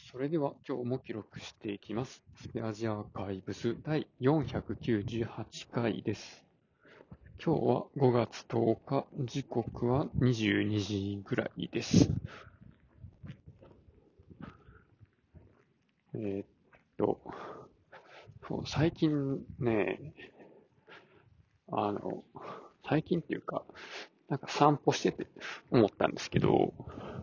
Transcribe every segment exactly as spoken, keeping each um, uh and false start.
それでは今日も記録していきます。スペアジアーカイブス第よんひゃくきゅうじゅうはちかいです。今日はごがつとおか、時刻はにじゅうにじぐらいです。えーっと、そう最近ね、あの、最近っていうか、なんか散歩してて思ったんですけど、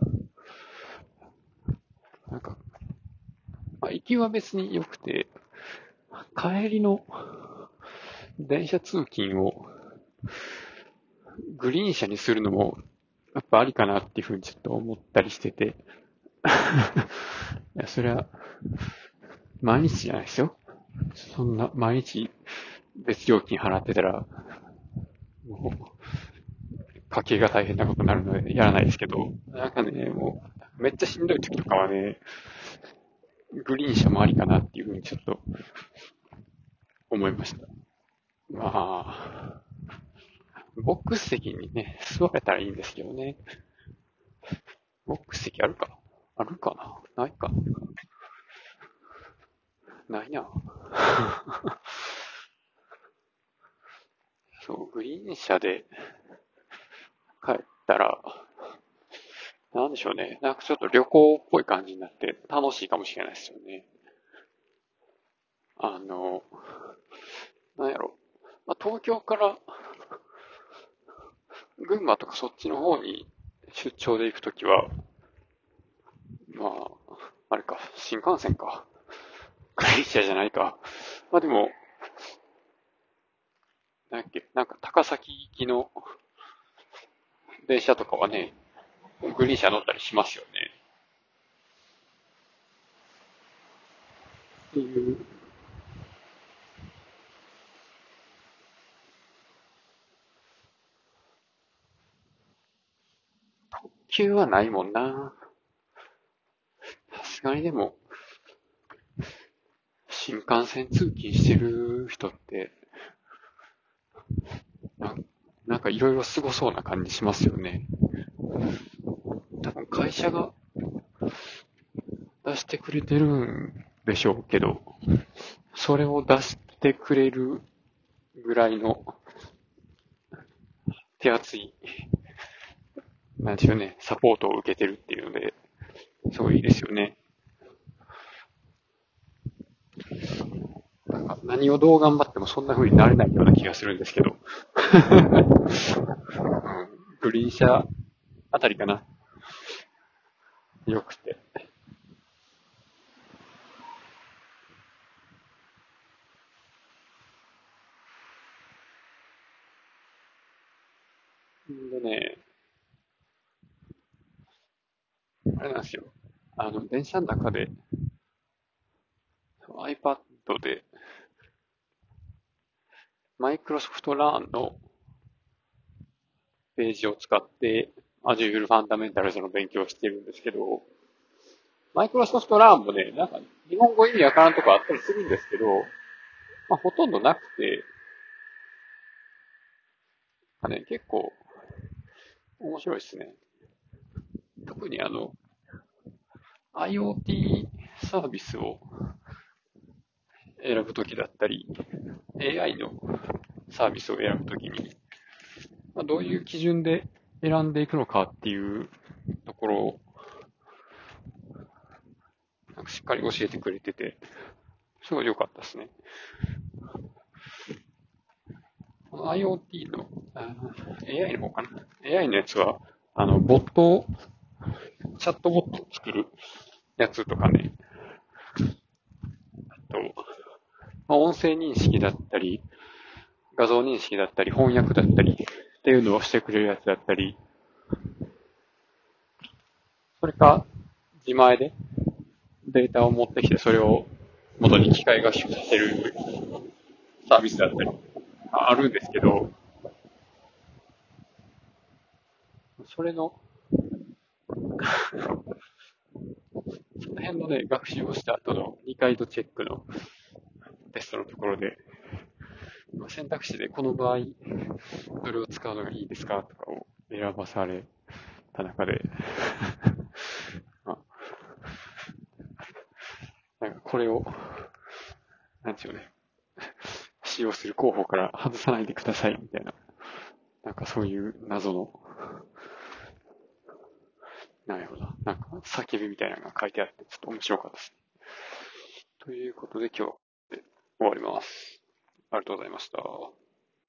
なんか、まあ、行きは別に良くて、帰りの電車通勤をグリーン車にするのもやっぱありかなっていうふうにちょっと思ったりしてて。いや、それは毎日じゃないですよ。そんな毎日別料金払ってたら、もう家計が大変なことになるのでやらないですけど、なんかね、もうめっちゃしんどい時とかはね、グリーン車もありかなっていうふうにちょっと思いました。まあ、ボックス席にね、座れたらいいんですけどね。ボックス席あるかあるかなないかないな。そう、グリーン車で帰ったら、なんでしょうね。なんかちょっと旅行っぽい感じになって楽しいかもしれないですよね。あの、なんやろ。まあ、東京から群馬とかそっちの方に出張で行くときは、まあ、あれか、新幹線か。グリーン車じゃないか。まあでも、なんやっけ、なんか高崎行きの電車とかはね、グリーン車乗ったりしますよね。っていう、急はないもんな。さすがにでも、新幹線通勤してる人って、ななんかいろいろすごそうな感じしますよね。多分会社が出してくれてるんでしょうけど、それを出してくれるぐらいの手厚い、なんでしょうね、サポートを受けてるっていうので、すごいいいですよね。なんか何をどう頑張ってもそんな風になれないような気がするんですけど、グリーン車あたりかな。よくて。でね、あれなんですよ。あの、電車の中で iPad でマイクロソフトランのページを使って Azure Fundamentals の勉強をしてるんですけど、マイクロソフトランもね、なんか日本語意味わからんとこあったりするんですけど、まあほとんどなくて、ね、結構面白いですね。特にあの、IoT サービスを選ぶときだったり、エーアイ のサービスを選ぶときに、まあ、どういう基準で選んでいくのかっていうところをなんかしっかり教えてくれてて、すごい良かったですね。この IoT の、エーアイ の方かな。エーアイ のやつは、あの、ボットを、チャットボットを作るやつとかね、あと、まあ、音声認識だったり、画像認識だったり、翻訳だったりっていうのをしてくれるやつだったり、それか、自前でデータを持ってきて、それを元に機械学習させるサービスだったり、あるんですけど、それの、その辺のね、学習をした後のにかい度チェックのテストのところで、選択肢でこの場合、どれを使うのがいいですかとかを選ばされた中で、まあ、 なんかこれを、なんていうのね、使用する候補から外さないでくださいみたいな、なんかそういう謎の、なんやろな、なんか叫びみたいなのが書いてあって、ちょっと面白かったです。ということで今日は終わります。ありがとうございました。